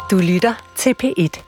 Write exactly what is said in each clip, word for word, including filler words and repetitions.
Du lytter til P et.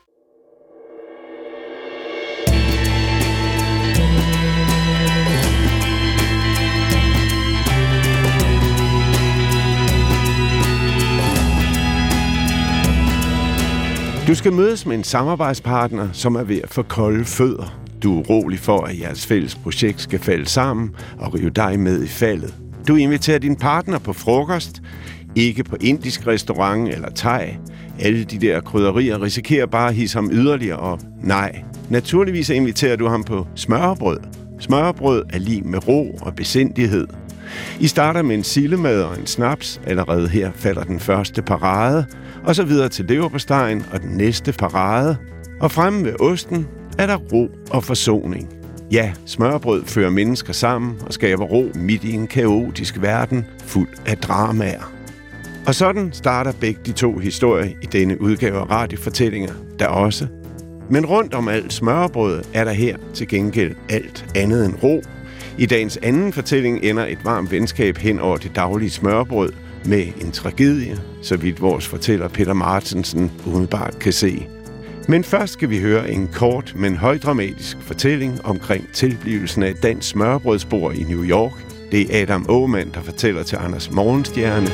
Du skal mødes med en samarbejdspartner, som er ved at få kolde fødder. Du er urolig for, at jeres fælles projekt skal falde sammen og rive dig med i faldet. Du inviterer din partner på frokost, ikke på indisk restaurant eller thai. Alle de der krydderier risikerer bare at hisse ham yderligere op. Nej, naturligvis inviterer du ham på smørrebrød. Smørrebrød er lig med ro og besindighed. I starter med en sillemad og en snaps. Allerede her falder den første parade, og så videre til leverpostejen og den næste parade. Og fremme ved osten er der ro og forsoning. Ja, smørrebrød fører mennesker sammen og skaber ro midt i en kaotisk verden fuld af dramaer. Og sådan starter begge de to historier i denne udgave af radiofortællinger, der også. Men rundt om alt smørrebrød er der her til gengæld alt andet end ro. I dagens anden fortælling ender et varmt venskab hen over det daglige smørrebrød med en tragedie, så vidt vores fortæller Peter Martensen umiddelbart kan se. Men først skal vi høre en kort, men højdramatisk fortælling omkring tilblivelsen af et dansk smørrebrødsbord i New York. Det er Adam Aamand, der fortæller til Anders Morgenstjerne.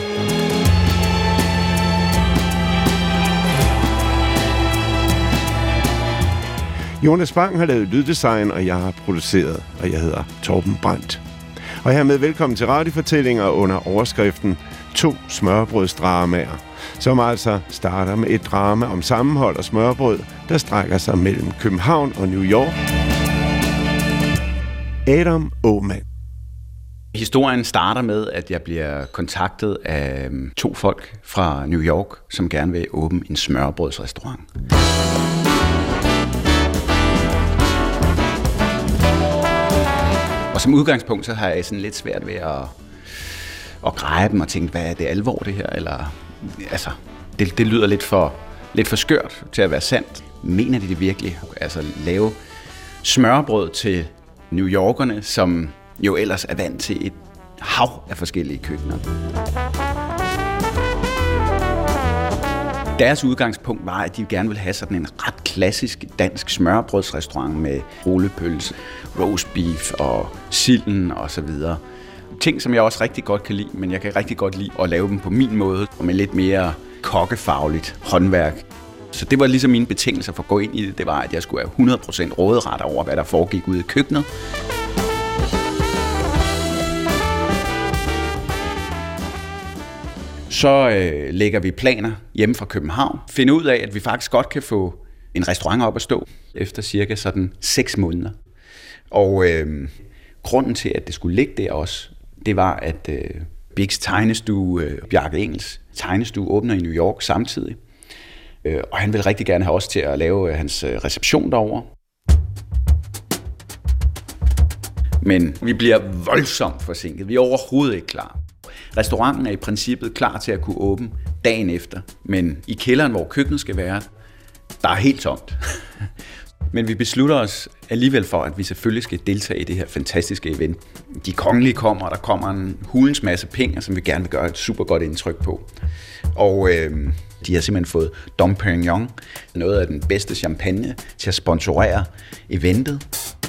Jonas Bang har lavet lyddesign, og jeg har produceret, og jeg hedder Torben Brandt. Og hermed velkommen til radiofortællinger under overskriften To smørrebrødsdramaer, som altså starter med et drama om sammenhold og smørrebrød, der strækker sig mellem København og New York. Adam Aamand. Historien starter med, at jeg bliver kontaktet af to folk fra New York, som gerne vil åbne en smørrebrødsrestaurant. Og som udgangspunkt, så har jeg sådan lidt svært ved at, at greje dem og tænke, hvad er det alvor det her? Eller, altså, det, det lyder lidt for, lidt for skørt til at være sandt. Mener de det virkelig? Altså lave smørrebrød til New Yorkerne, som jo ellers er vant til et hav af forskellige køkkener. Deres udgangspunkt var, at de gerne ville have sådan en ret klassisk dansk smørrebrødsrestaurant med rullepølse, roast beef og silden og så videre. Ting, som jeg også rigtig godt kan lide, men jeg kan rigtig godt lide at lave dem på min måde og med lidt mere kokkefagligt håndværk. Så det var ligesom mine betingelser for at gå ind i det, det var, at jeg skulle have hundrede procent råderet over, hvad der foregik ude i køkkenet. Så øh, lægger vi planer hjemme fra København. Finder ud af, at vi faktisk godt kan få en restaurant op at stå efter cirka sådan seks måneder. Og øh, grunden til, at det skulle ligge der også, det var, at øh, Bigs tegnestue, øh, Bjarke Engels tegnestue, åbner i New York samtidig. Øh, og han ville rigtig gerne have os til at lave øh, hans øh, reception derovre. Men vi bliver voldsomt forsinket. Vi er overhovedet ikke klar. Restauranten er i princippet klar til at kunne åbne dagen efter, men i kælderen, hvor køkkenet skal være, der er helt tomt. Men vi beslutter os alligevel for, at vi selvfølgelig skal deltage i det her fantastiske event. De kongelige kommer, og der kommer en hulens masse penge, som vi gerne vil gøre et super godt indtryk på. Og øh, de har simpelthen fået Dom Perignon, noget af den bedste champagne, til at sponsorere eventet.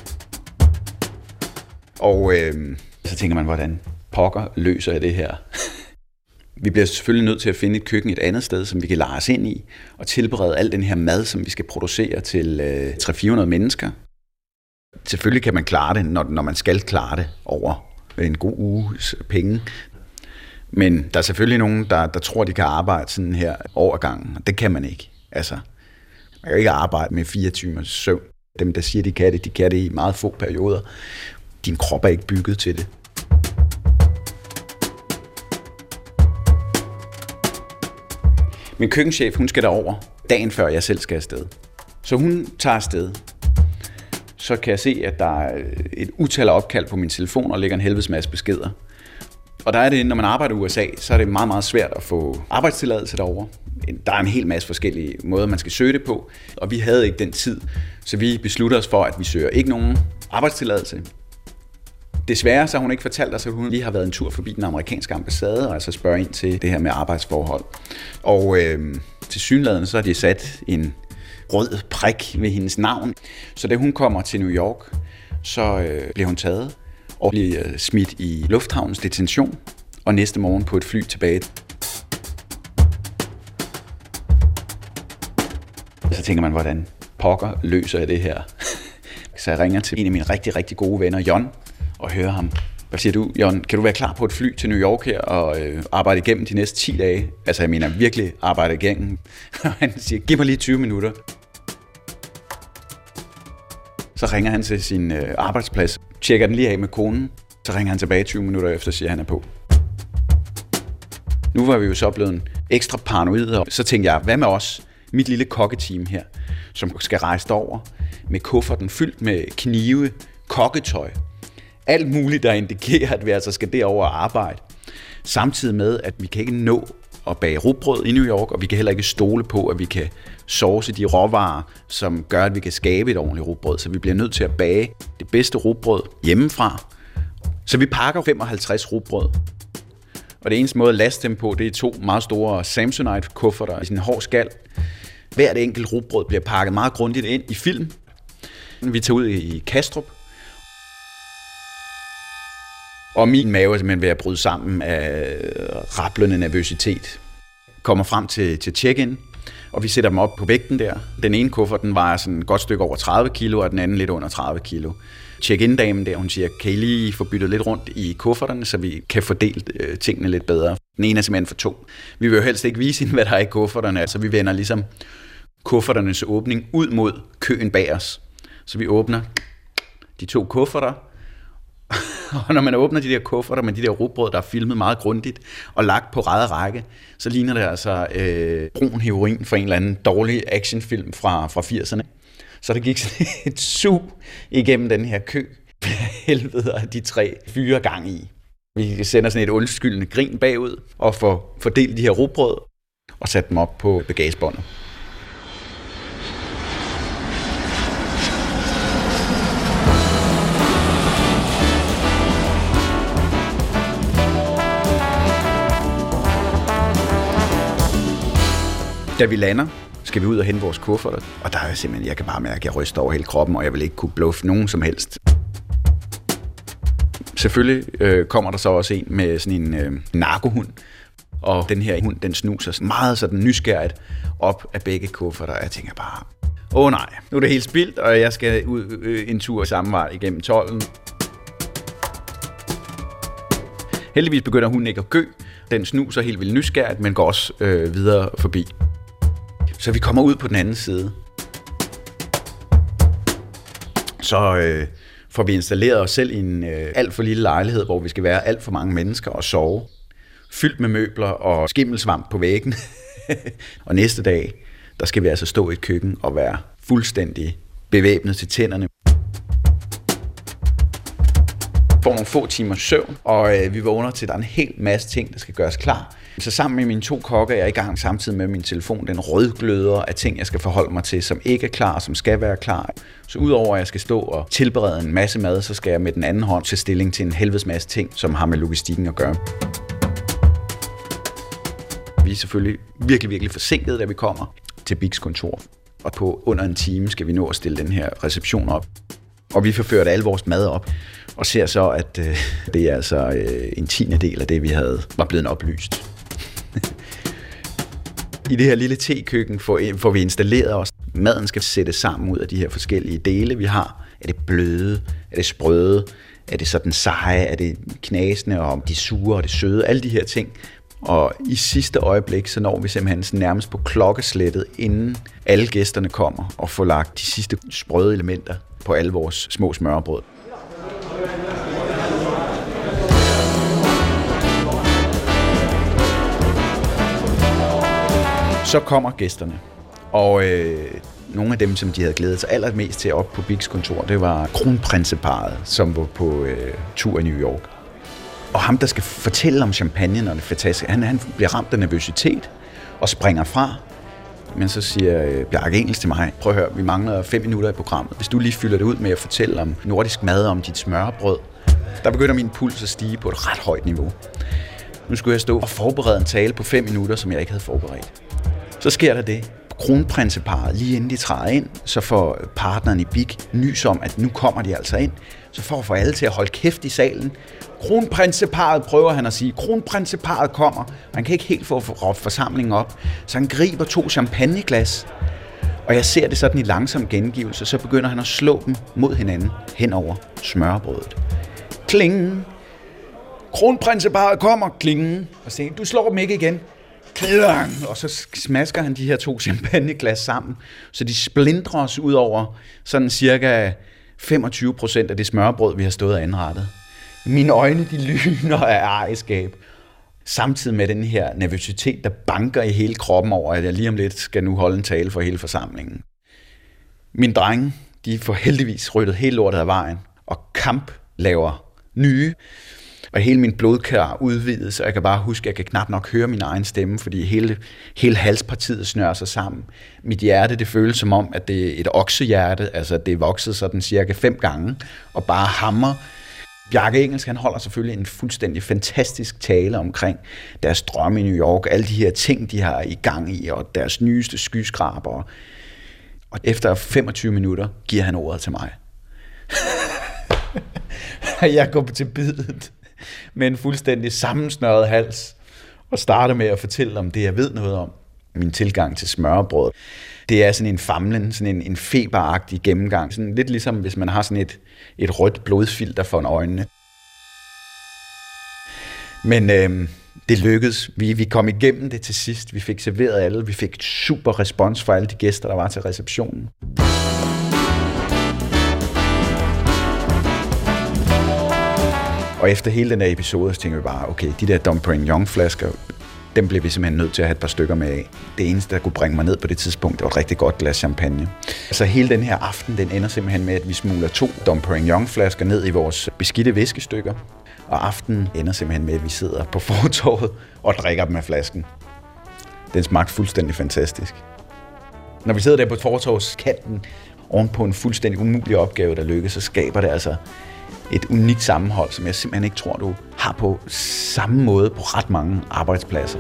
Og øh, så tænker man, hvordan pokker løser jeg det her. Vi bliver selvfølgelig nødt til at finde et køkken et andet sted, som vi kan lege os ind i, og tilberede al den her mad, som vi skal producere til øh, tre hundrede til fire hundrede mennesker. Selvfølgelig kan man klare det, når, når man skal klare det over en god uges penge. Men der er selvfølgelig nogen, der, der tror, de kan arbejde sådan her overgangen, og det kan man ikke. Altså, man kan ikke arbejde med fire timers søvn. Dem, der siger, de kan det, de kan det i meget få perioder. Din krop er ikke bygget til det. Min køkkenchef, hun skal derover dagen før jeg selv skal afsted. Så hun tager afsted. Så kan jeg se, at der er et utal af opkald på min telefon, og ligger en helvedes masse beskeder. Og der er det, når man arbejder i U S A, så er det meget, meget svært at få arbejdstilladelse derovre. Der er en hel masse forskellige måder, man skal søge det på, og vi havde ikke den tid. Så vi beslutter os for, at vi søger ikke nogen arbejdstilladelse. Desværre så har hun ikke fortalt os, at hun lige har været en tur forbi den amerikanske ambassade, og altså spørger ind til det her med arbejdsforhold. Og øh, Til synligheden så har de sat en rød prik ved hendes navn. Så da hun kommer til New York, så øh, bliver hun taget og bliver smidt i lufthavnens detention, og næste morgen på et fly tilbage. Så tænker man, hvordan pokker løser jeg det her? Så jeg ringer til en af mine rigtig, rigtig gode venner, Jon, og hører ham. Hvad siger du, Jon? Kan du være klar på et fly til New York her og øh, arbejde igennem de næste ti dage? Altså, jeg mener virkelig arbejde igennem. Han siger, giv mig lige tyve minutter. Så ringer han til sin øh, arbejdsplads, tjekker den lige af med konen. Så ringer han tilbage tyve minutter efter og siger, han er på. Nu var vi jo så blevet ekstra paranoide, og så tænkte jeg, hvad med os? Mit lille kokketeam her, som skal rejse over med kufferten fyldt med knive, kokketøj. Alt muligt, der indikerer, at vi altså skal derover og arbejde. Samtidig med, at vi kan ikke nå at bage rugbrød i New York, og vi kan heller ikke stole på, at vi kan source de råvarer, som gør, at vi kan skabe et ordentligt rugbrød. Så vi bliver nødt til at bage det bedste rugbrød hjemmefra. Så vi pakker femoghalvtreds rugbrød. Og det eneste måde at laste dem på, det er to meget store Samsonite-kufferter i sådan en hård skal. Hvert enkelt rugbrød bliver pakket meget grundigt ind i film. Vi tager ud i Kastrup. Og min mave er simpelthen ved at bryde sammen af rablende nervøsitet. Kommer frem til, til check-in, og vi sætter dem op på vægten der. Den ene kuffert, den vejer sådan et godt stykke over tredive kilo, og den anden lidt under tredive kilo. Check-in-damen der, hun siger, kan I lige få byttet lidt rundt i kufferterne, så vi kan fordele øh, tingene lidt bedre. Den ene er simpelthen for tung. Vi vil jo helst ikke vise hende, hvad der er i kufferterne, altså vi vender ligesom kufferternes åbning ud mod køen bag os. Så vi åbner de to kufferter, og når man åbner de der kufferter med de der rugbrød, der er filmet meget grundigt og lagt på ræd og række, så ligner det altså øh, brun heroin fra en eller anden dårlig actionfilm fra, fra firserne. Så der gik sådan et sug igennem den her kø. Helvede, de tre fyre gang i. Vi sender sådan et undskyldende grin bagud og får fordelt de her rugbrød og sat dem op på bagagebåndet. Da vi lander, skal vi ud og hente vores kufferter, og der er simpelthen, jeg kan bare mærke, at jeg ryster over hele kroppen, og jeg vil ikke kunne bluffe nogen som helst. Selvfølgelig øh, kommer der så også en med sådan en øh, narkohund, og den her hund, den snuser meget sådan nysgerrigt op af begge kufferter, og jeg tænker bare, åh nej, nu er det helt spildt, og jeg skal ud øh, en tur samme vej igennem tolden. Heldigvis begynder hunden ikke at gø, den snuser helt vildt nysgerrigt, men går også øh, videre forbi. Så vi kommer ud på den anden side. Så øh, får vi installeret os selv i en øh, alt for lille lejlighed, hvor vi skal være alt for mange mennesker og sove. Fyldt med møbler og skimmelsvamp på væggen. Og næste dag, der skal vi altså stå i et køkken og være fuldstændig bevæbnet til tænderne. Får nogle få timers søvn, og øh, vi vågner til, at der er en hel masse ting, der skal gøres klar. Så sammen med mine to kokke er jeg i gang samtidig med min telefon. Den rødgløder af ting, jeg skal forholde mig til, som ikke er klar, som skal være klar. Så udover at jeg skal stå og tilberede en masse mad, så skal jeg med den anden hånd tage stilling til en helvedes masse ting, som har med logistikken at gøre. Vi er selvfølgelig virkelig, virkelig forsinket, da vi kommer til Biks kontor. Og på under en time skal vi nå at stille den her reception op. Og vi får ført al vores mad op, og ser så, at øh, det er altså øh, en tiende del af det, vi havde, var blevet oplyst. I det her lille tekøkken får, får vi installeret os. Maden skal sættes sammen ud af de her forskellige dele, vi har. Er det bløde? Er det sprøde? Er det sådan seje? Er det knasende? Og de sure og det søde? Alle de her ting. Og i sidste øjeblik, så når vi simpelthen nærmest på klokkeslættet, inden alle gæsterne kommer, og får lagt de sidste sprøde elementer på alle vores små smørrebrød. Så kommer gæsterne, og øh, nogle af dem, som de havde glædet sig allermest til op på Biks kontor, det var kronprinseparret, som var på øh, tur i New York. Og ham, der skal fortælle om champagnen og det fantastiske, han, han bliver ramt af nervøsitet og springer fra. Men så siger øh, Bjarke Engels til mig, prøv at høre, vi mangler fem minutter i programmet. Hvis du lige fylder det ud med at fortælle om nordisk mad og om dit smørrebrød, der begynder min puls at stige på et ret højt niveau. Nu skulle jeg stå og forberede en tale på fem minutter, som jeg ikke havde forberedt. Så sker der det. Kronprinseparret, lige inden de træder ind, så får partneren i Big nys om, at nu kommer de altså ind. Så for at få alle til at holde kæft i salen. Kronprinseparret, prøver han at sige. Kronprinseparret kommer. Han kan ikke helt få forsamlingen op. Så han griber to champagneglas. Og jeg ser det sådan i langsom gengivelse. Så begynder han at slå dem mod hinanden hen over smørbrødet. Kling. Kronprinseparret kommer. Kling. Og så siger du slår dem ikke igen. Klang. Og så smasker han de her to champagneglas sammen. Så de splintrer os ud over sådan cirka femogtyve procent af det smørbrød, vi har stået og anrettet. Mine øjne, de lyner af ejerskab. Samtidig med den her nervøsitet, der banker i hele kroppen over, at jeg lige om lidt skal nu holde en tale for hele forsamlingen. Mine drenge, de får heldigvis ryddet hele lortet af vejen, og kamp laver nye. Og hele min blodkar udvides, og jeg kan bare huske, at jeg kan knap nok høre min egen stemme, fordi hele, hele halspartiet snører sig sammen. Mit hjerte, det føles som om, at det er et oksehjerte, altså det er vokset sådan cirka fem gange, og bare hammer. Bjarke Ingels, han holder selvfølgelig en fuldstændig fantastisk tale omkring deres drømme i New York, alle de her ting, de har i gang i, og deres nyeste skyskraber. Og efter femogtyve minutter giver han ordet til mig. Jeg går til bidet med en fuldstændig sammensnørret hals og starter med at fortælle om det, jeg ved noget om. Min tilgang til smørbrød. Det er sådan en famlen, sådan en, en feberagtig gennemgang. Sådan lidt ligesom hvis man har sådan et, et rødt blodfilter for øjnene. Men øh, det lykkedes. Vi, vi kom igennem det til sidst. Vi fik serveret alle. Vi fik et super respons fra alle de gæster, der var til receptionen. Og efter hele den her episode, så tænkte vi bare, okay, de der Dom Pérignon flasker, dem blev vi simpelthen nødt til at have et par stykker med af. Det eneste, der kunne bringe mig ned på det tidspunkt, det var et rigtig godt glas champagne. Så hele den her aften, den ender simpelthen med, at vi smugler to Dom Pérignon flasker ned i vores beskidte viskestykker. Og aftenen ender simpelthen med, at vi sidder på fortovet og drikker dem af flasken. Den smagte fuldstændig fantastisk. Når vi sidder der på fortovskanten, oven på en fuldstændig umulig opgave, der lykkes, så skaber det altså et unikt sammenhold, som jeg simpelthen ikke tror, du har på samme måde på ret mange arbejdspladser.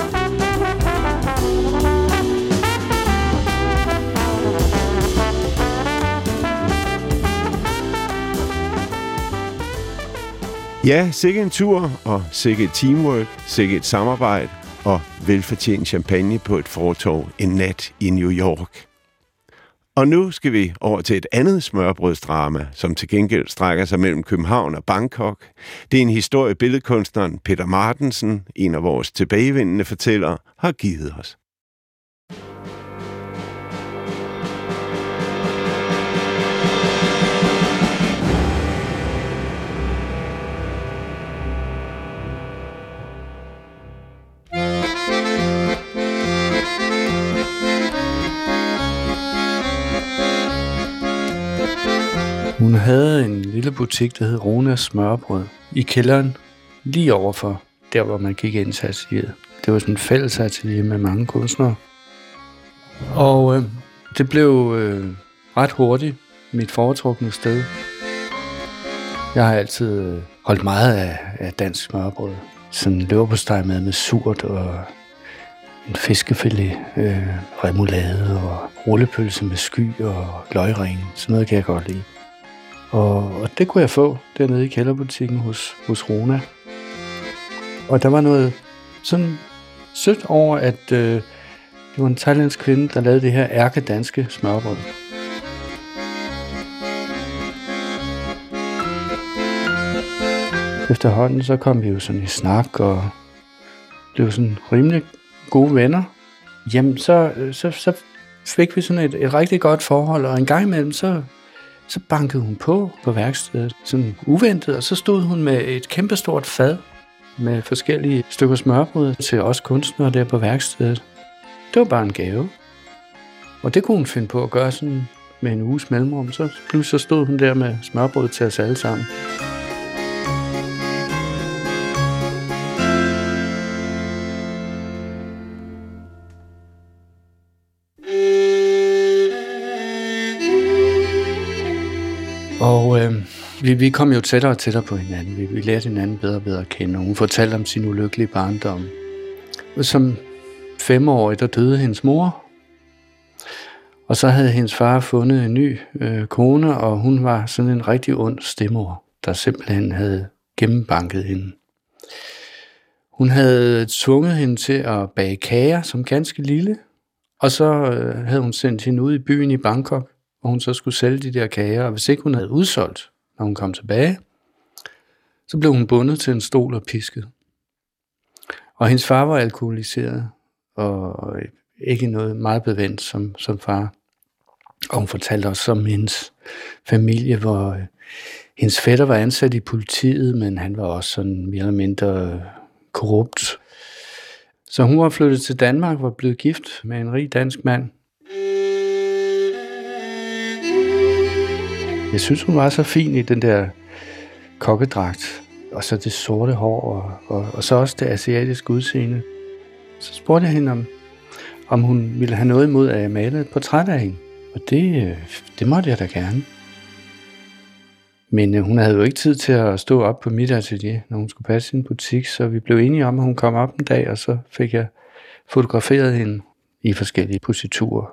Ja, sikke en tur, og sikke et teamwork, sikke et samarbejde, og velfortjent champagne på et fortov en nat i New York. Og nu skal vi over til et andet smørbrødsdrama, som til gengæld strækker sig mellem København og Bangkok. Det er en historie, billedkunstneren Peter Martensen, en af vores tilbagevendende fortællere, har givet os. Hun havde en lille butik, der hed Ronas Smørbrød, i kælderen, lige overfor der, hvor man gik ind til atelieret. Det var sådan en fælles atelier med mange kunstnere. Og øh, det blev øh, ret hurtigt mit foretrukne sted. Jeg har altid øh, holdt meget af, af dansk smørbrød. Sådan en leverpostej med, med surt og en fiskefilet, øh, remoulade og rullepølse med sky og løgring. Sådan noget kan jeg godt lide. Og, og det kunne jeg få dernede i kælderbutikken hos, hos Rona. Og der var noget sådan sødt over, at øh, det var en thailandsk kvinde, der lavede det her ærkedanske smørbrød. Efterhånden så kom vi jo sådan i snak og blev sådan rimelig gode venner. Jamen så, så, så fik vi sådan et, et rigtig godt forhold, og en gang imellem så Så bankede hun på på værkstedet, sådan uventet, og så stod hun med et kæmpestort fad med forskellige stykker smørbrød til os kunstnere der på værkstedet. Det var bare en gave. Og det kunne hun finde på at gøre sådan med en uges mellemrum. Så pludselig så stod hun der med smørbrød til os alle sammen. Og øh, vi, vi kom jo tættere og tættere på hinanden. Vi, vi lærte hinanden bedre og bedre at kende. Og hun fortalte om sin ulykkelige barndom, som femårig, der døde hendes mor. Og så havde hendes far fundet en ny øh, kone, og hun var sådan en rigtig ond stemmor, der simpelthen havde gennembanket hende. Hun havde tvunget hende til at bage kager som ganske lille, og så øh, havde hun sendt hende ud i byen i Bangkok, hvor hun så skulle sælge de der kager, og hvis ikke hun havde udsolgt, når hun kom tilbage, så blev hun bundet til en stol og pisket. Og hendes far var alkoholiseret, og ikke noget meget bevendt som, som far. Og hun fortalte også om hendes familie, hvor øh, hendes fætter var ansat i politiet, men han var også sådan mere eller mindre korrupt. Så hun var flyttet til Danmark, var blevet gift med en rig dansk mand. Jeg synes, hun var så fin i den der kokkedragt, og så det sorte hår, og, og, og så også det asiatiske udseende. Så spurgte jeg hende, om, om hun ville have noget imod, at jeg malede et portræt af hende. Og det, det måtte jeg da gerne. Men hun havde jo ikke tid til at stå op på mit atelier, når hun skulle passe sin butik, så vi blev enige om, at hun kom op en dag, og så fik jeg fotograferet hende i forskellige positurer.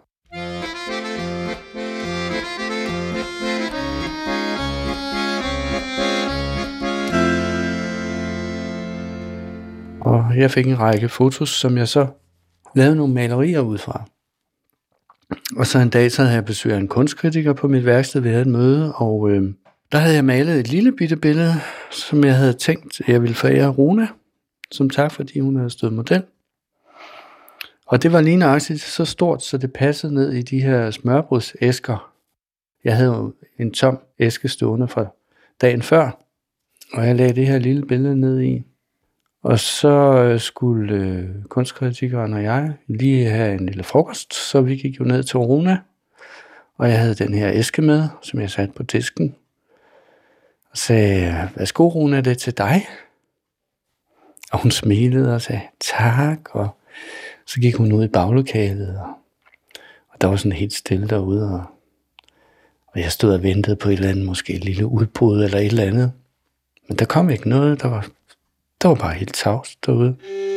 Og jeg fik en række fotos, som jeg så lavede nogle malerier ud fra. Og så en dag, så havde jeg besøgt en kunstkritiker på mit værksted, vi havde et møde, og øh, der havde jeg malet et lille bitte billede, som jeg havde tænkt, jeg ville forære Runa, som tak, fordi hun havde stået model. Og det var lige nøjagtigt så stort, så det passede ned i de her smørbrødsæsker. Jeg havde jo en tom æske stående fra dagen før, og jeg lagde det her lille billede ned i. Og så skulle øh, kunstkritikeren og jeg lige have en lille frokost, så vi gik jo ned til Runa, og jeg havde den her æske med, som jeg satte på disken, og sagde, værsgo Runa, det er til dig. Og hun smilede og sagde, tak, og så gik hun ud i baglokalet, og, og der var sådan helt stille derude, og, og jeg stod og ventede på et eller andet, måske et lille udbrud eller et eller andet. Men der kom ikke noget, der var, der var bare helt tavst derude.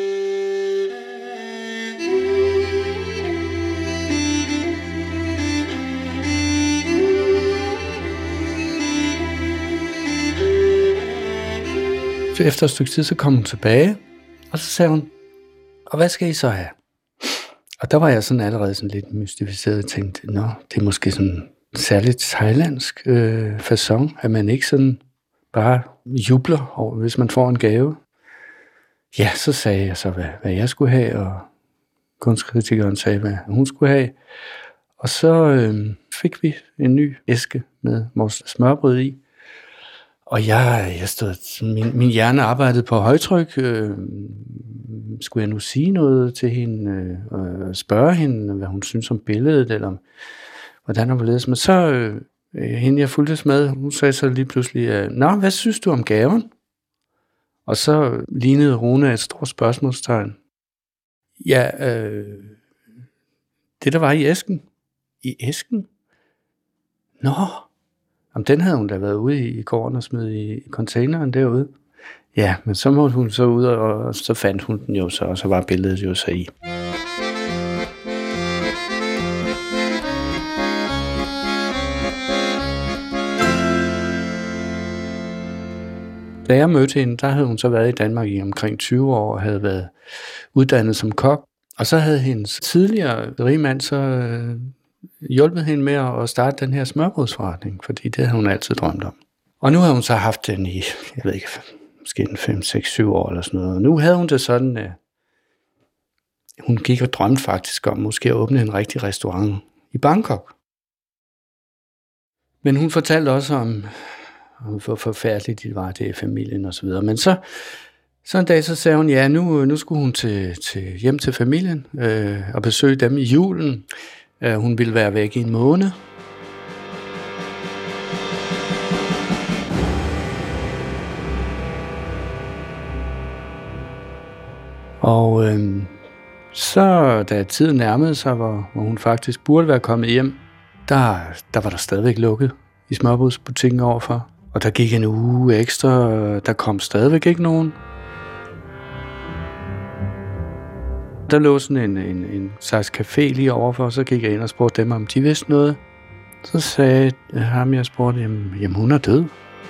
Så efter et stykke tid, så kom hun tilbage, og så sagde hun, og hvad skal I så have? Og der var jeg sådan allerede sådan lidt mystificeret og tænkte, nå, det er måske sådan særligt thailandsk øh, facon, at man ikke sådan bare jubler over, hvis man får en gave. Ja, så sagde jeg så, hvad, hvad jeg skulle have, og kunstkritikeren sagde, hvad hun skulle have. Og så øh, fik vi en ny æske med vores smørbrød i. Og jeg, jeg stod, min, min hjerne arbejdede på højtryk. Øh, skulle jeg nu sige noget til hende, øh, og spørge hende, hvad hun synes om billedet, eller hvordan hun var ledet. Men så, øh, hende jeg fulgtes med, hun sagde så lige pludselig, øh, nå, hvad synes du om gaven? Og så lignede Runa et stort spørgsmålstegn. Ja, øh, det der var i æsken. I æsken? Nå, jamen, den havde hun da været ude i gården og smidt i containeren derude. Ja, men så måtte hun så ud, og så fandt hun den jo så, og så var billedet jo så i. Da jeg mødte hende, der havde hun så været i Danmark i omkring tyve år, og havde været uddannet som kok. Og så havde hendes tidligere rigmand så øh, hjulpet hende med at starte den her smørbrødsforretning, fordi det havde hun altid drømt om. Og nu havde hun så haft den i, jeg ved ikke, måske fem, seks, syv år eller sådan noget. Og nu havde hun det sådan, at hun gik og drømte faktisk om måske at åbne en rigtig restaurant i Bangkok. Men hun fortalte også om, om hvor forfærdeligt det var det i familien og så videre. Men så, så en dag så sagde hun, ja, nu, nu skulle hun til, til, hjem til familien øh, og besøge dem i julen. Øh, hun ville være væk i en måned. Og øh, så da tiden nærmede sig, hvor, hvor hun faktisk burde være kommet hjem, der, der var der stadigvæk lukket i smørbrødsbutikken overfor. Og der gik en uge ekstra, der kom stadigvæk ikke nogen. Der lå sådan en, en, en slags café lige overfor, så gik jeg ind og spurgte dem, om de vidste noget. Så sagde ham, jeg spurgte, jamen, jamen hun er død.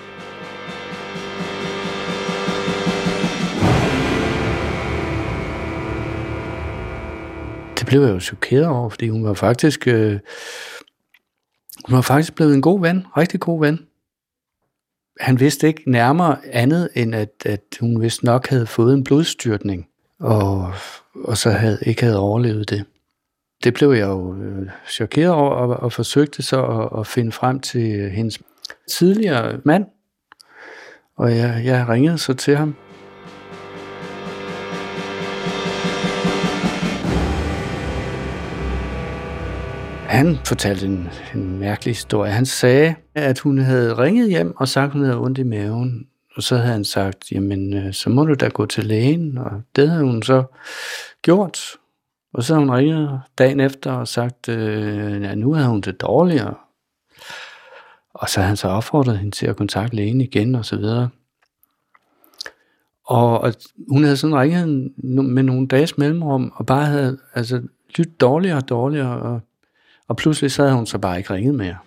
Det blev jeg jo chokeret over, fordi hun var faktisk, øh, hun var faktisk blevet en god ven, rigtig god ven. Han vidste ikke nærmere andet, end at, at hun vist nok havde fået en blodstyrtning, og, og så havde, ikke havde overlevet det. Det blev jeg jo øh, chokeret over, og, og forsøgte så at, at finde frem til hendes tidligere mand, og jeg, jeg ringede så til ham. Han fortalte en, en mærkelig historie. Han sagde, at hun havde ringet hjem og sagt, at hun havde ondt i maven. Og så havde han sagt, jamen, så må du da gå til lægen. Og det havde hun så gjort. Og så havde hun ringet dagen efter og sagt, øh, ja, nu havde hun det dårligere. Og så havde han så opfordret hende til at kontakte lægen igen og så videre. Og, og hun havde sådan ringet med nogle dages mellemrum, og bare havde altså, lyttet dårligere og dårligere, og Og pludselig så havde hun så bare ikke ringet mere.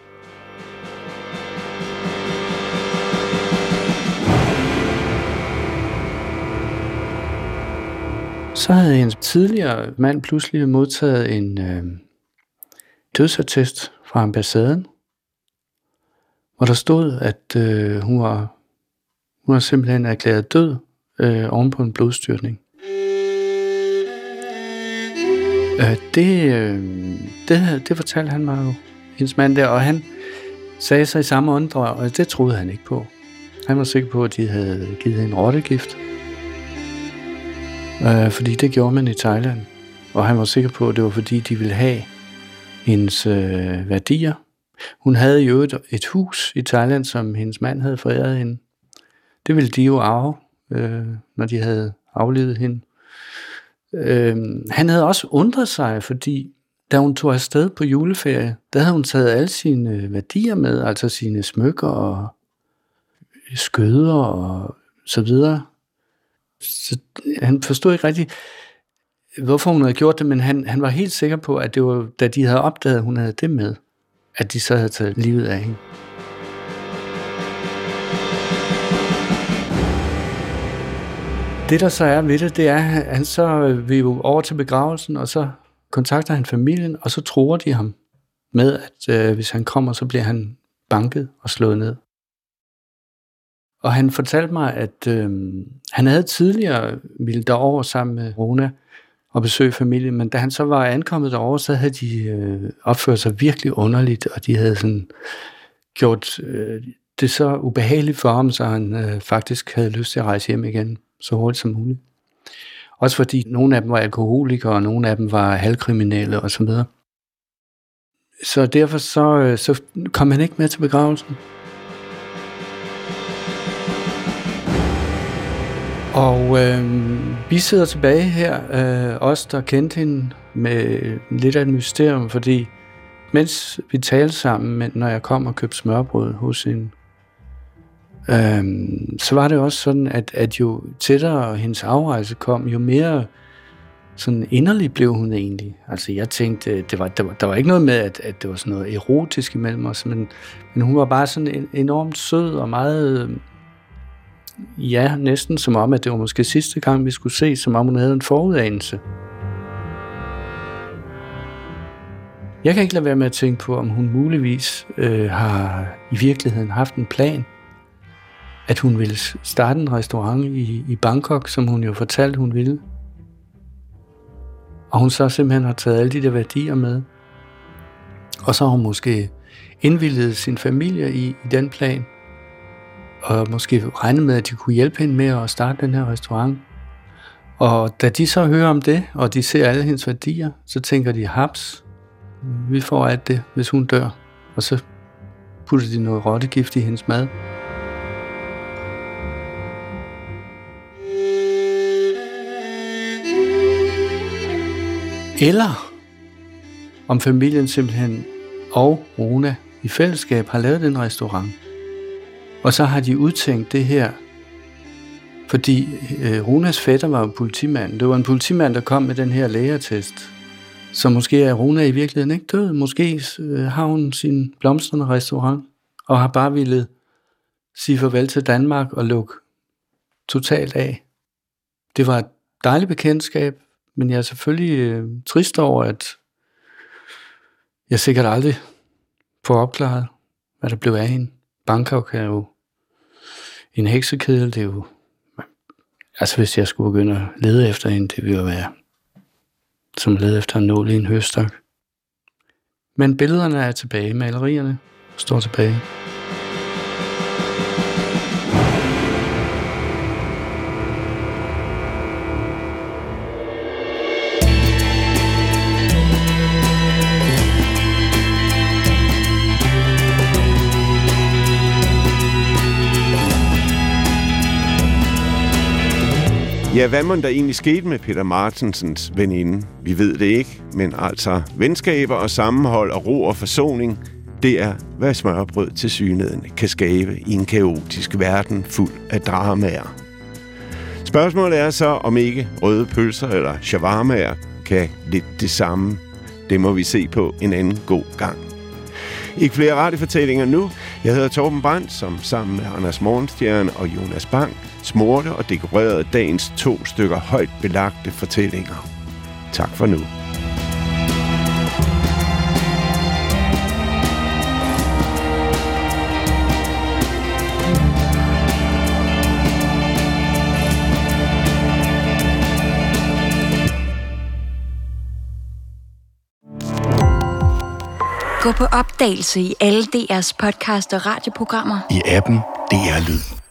Så havde hendes tidligere mand pludselig modtaget en øh, dødsattest fra ambassaden, hvor der stod, at øh, hun, var, hun var simpelthen erklæret død øh, oven på en blodstyrtning. Øh, det, øh, det, det fortalte han mig jo, hendes mand der, og han sagde sig i samme åndedrag, og det troede han ikke på. Han var sikker på, at de havde givet hende rottegift, øh, fordi det gjorde man i Thailand, og han var sikker på, at det var fordi, de ville have hendes øh, værdier. Hun havde jo et, et hus i Thailand, som hendes mand havde foræret hende. Det ville de jo arve, øh, når de havde aflevet hende. Øh, han havde også undret sig, fordi da hun tog afsted på juleferie, der havde hun taget alle sine værdier med, altså sine smykker og skøder og så videre. Så han forstod ikke rigtig, hvorfor hun havde gjort det, men han, han var helt sikker på, at det var, da de havde opdaget, at hun havde det med, at de så havde taget livet af hende. Det, der så er ved det, det er, at han så vil jo over til begravelsen, og så kontakter han familien, og så tror de ham med, at øh, hvis han kommer, så bliver han banket og slået ned. Og han fortalte mig, at øh, han havde tidligere ville derover sammen med Rona og besøge familien, men da han så var ankommet derover, så havde de øh, opført sig virkelig underligt, og de havde sådan gjort øh, det så ubehageligt for ham, så han øh, faktisk havde lyst til at rejse hjem igen så hurtigt som muligt. Også fordi nogle af dem var alkoholikere, og nogle af dem var halvkriminelle og så videre. Så derfor så, så kom han ikke med til begravelsen. Og øh, vi sidder tilbage her, øh, os der kendte hende, med lidt af et mysterium, fordi mens vi talte sammen, men når jeg kom og købte smørbrød hos hende, Øhm, så var det også sådan, at, at jo tættere hendes afrejse kom, jo mere sådan inderlig blev hun egentlig. Altså jeg tænkte, det var, der, var, der var ikke noget med, at, at det var sådan noget erotisk imellem os, men, men hun var bare sådan en, enormt sød og meget, ja, næsten som om, at det var måske sidste gang, vi skulle se, som om hun havde en forudanelse. Jeg kan ikke lade være med at tænke på, om hun muligvis øh, har i virkeligheden haft en plan, at hun ville starte en restaurant i, i Bangkok, som hun jo fortalte, hun ville. Og hun så simpelthen har taget alle de der værdier med. Og så har hun måske indvilliget sin familie i, i den plan. Og måske regnet med, at de kunne hjælpe hende med at starte den her restaurant. Og da de så hører om det, og de ser alle hendes værdier, så tænker de, haps, vi får alt det, hvis hun dør. Og så putter de noget rottegift i hendes mad. Eller om familien simpelthen og Rona i fællesskab har lavet en restaurant. Og så har de udtænkt det her Fordi øh, Runas fætter var jo politimand. Det var en politimand, der kom med den her lægeattest. Så måske er Runa i virkeligheden ikke død. Måske øh, har hun sin blomstrende restaurant, og har bare ville sige farvel til Danmark og lukke totalt af. Det var et dejligt bekendtskab, men jeg er selvfølgelig øh, trist over, at jeg sikkert aldrig får opklaret, hvad der blev af hende. Bangkok er jo en heksekedel, det er jo... Altså hvis jeg skulle begynde at lede efter hende, det ville jo være som lede efter en nål i en høstak. Men billederne er tilbage, malerierne står tilbage. Ja, hvad må der egentlig skete med Peter Martensens veninde? Vi ved det ikke, men altså venskaber og sammenhold og ro og forsoning, det er, hvad smørbrød til synligheden kan skabe i en kaotisk verden fuld af dramaer. Spørgsmålet er så, om ikke røde pølser eller shawarmaer kan lidt det samme. Det må vi se på en anden god gang. Ikke flere radiofortællinger nu. Jeg hedder Torben Brandt, som sammen med Anders Morgenstjerne og Jonas Bang smurte og dekorerede dagens to stykker højt belagte fortællinger. Tak for nu. Gå på opdagelse i alle D R's podcast og radioprogrammer. I appen D R Lyd.